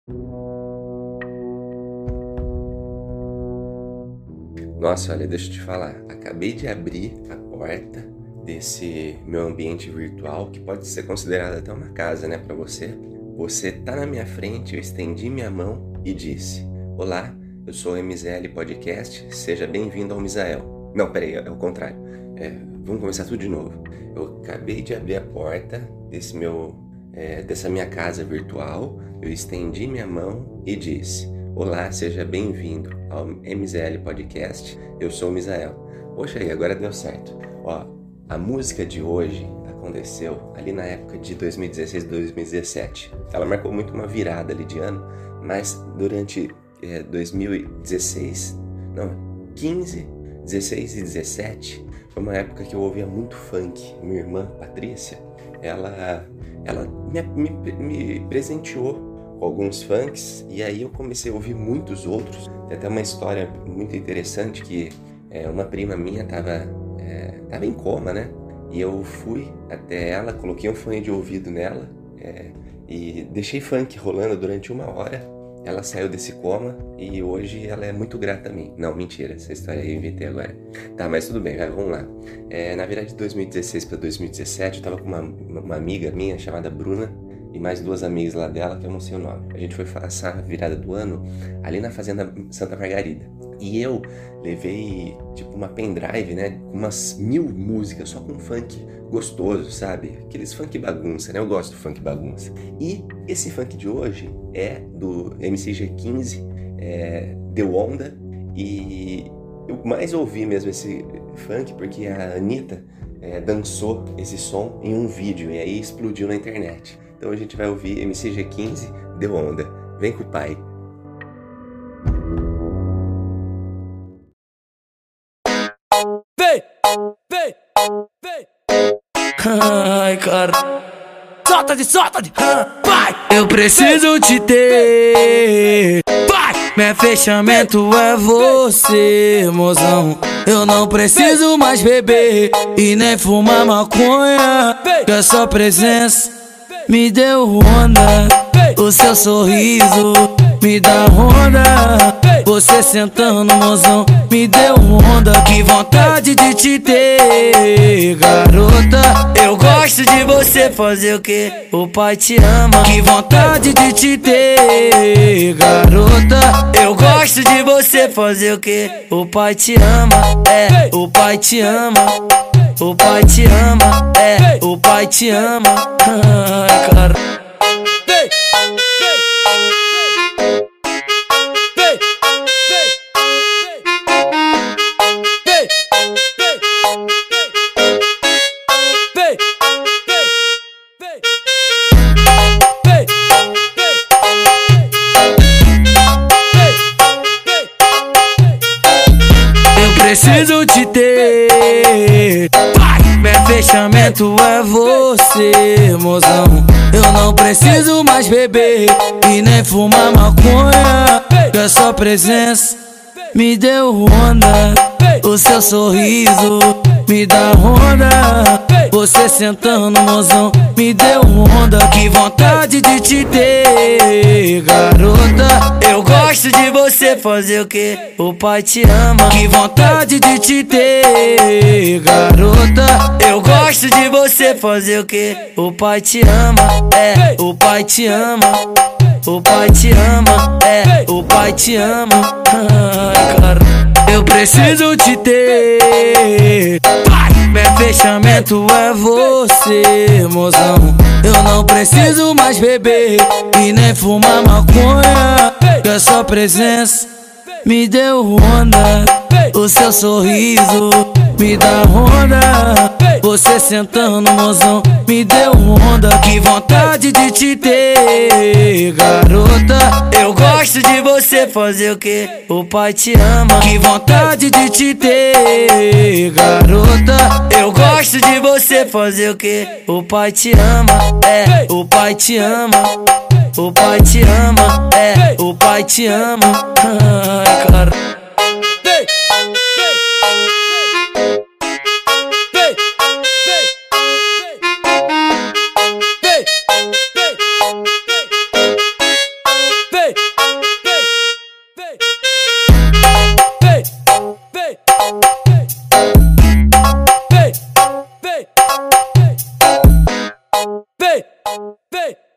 Nossa, olha, deixa eu te falar. Acabei de abrir a porta desse meu ambiente virtual, que pode ser considerado até uma casa, né, pra você. Você tá na minha frente, eu estendi minha mão e disse: Olá, eu sou o MZL Podcast, seja bem-vindo ao Misael. Não, peraí, é o contrário. Vamos começar tudo de novo. Eu acabei de abrir a porta dessa minha casa virtual, eu estendi minha mão e disse: Olá, seja bem-vindo ao MZL Podcast, eu sou o Misael. Poxa aí, agora deu certo. Ó, a música de hoje aconteceu ali na época de 2016, 2017. Ela marcou muito uma virada ali de ano, mas durante 2016, não, 15, 16 e 17, foi uma época que eu ouvia muito funk. Minha irmã, Patrícia, ela me presenteou com alguns funks, e aí eu comecei a ouvir muitos outros. Tem até uma história muito interessante que uma prima minha tava em coma, né? E eu fui até ela, coloquei um fone de ouvido nela e deixei funk rolando durante 1 hora. Ela saiu desse coma e hoje ela é muito grata a mim. Não, mentira, essa história aí eu inventei agora. Tá, mas tudo bem, vamos lá. Na verdade, de 2016 para 2017, eu tava com uma amiga minha chamada Bruna e mais 2 amigas lá dela, que eu não sei o nome. A gente foi passar a virada do ano ali na Fazenda Santa Margarida. E eu levei, tipo, uma pendrive, né, com umas 1000 músicas, só com funk gostoso, sabe? Aqueles funk bagunça, né? Eu gosto do funk bagunça. E esse funk de hoje é do MCG15, Deu Onda, e eu mais ouvi mesmo esse funk porque a Anitta dançou esse som em um vídeo e aí explodiu na internet. Então a gente vai ouvir MCG15, Deu Onda. Vem com o pai. Ai, cara, solta de, vai! Eu preciso te ter, vai! Meu fechamento é você, mozão. Eu não preciso mais beber e nem fumar maconha, que a sua presença me deu onda. O seu sorriso me dá onda. Você sentando, mozão, me deu onda. Que vontade de te ter, garota. Eu gosto de você, fazer o que? O pai te ama. Que vontade de te ter, garota. Eu gosto de você, fazer o que? O pai te ama, o pai te ama. O pai te ama, o pai te ama. Ai, cara. Preciso te ter, meu fechamento é você, mozão. Eu não preciso mais beber e nem fumar maconha, que a sua presença me deu onda. O seu sorriso me dá onda. Você sentando, mozão, me deu onda. Que vontade de te ter, garota. Eu gosto de você, fazer o que? O pai te ama. Que vontade de te ter, garota. Eu gosto de você, fazer o que? O pai te ama, o pai te ama. O pai te ama, o pai te ama. Ai, cara. Eu preciso te ter, meu fechamento é você, mozão. Eu não preciso mais beber e nem fumar maconha, que a sua presença me deu onda. O seu sorriso me dá onda. Você sentando, mozão, me deu onda. Que vontade de te ter, garota. Eu gosto de você, fazer o que? O pai te ama. Que vontade de te ter, garota. Eu gosto de você, fazer o que? O pai te ama, o pai te ama. O pai te ama, o pai te ama. Ai, cara. Vem, vem.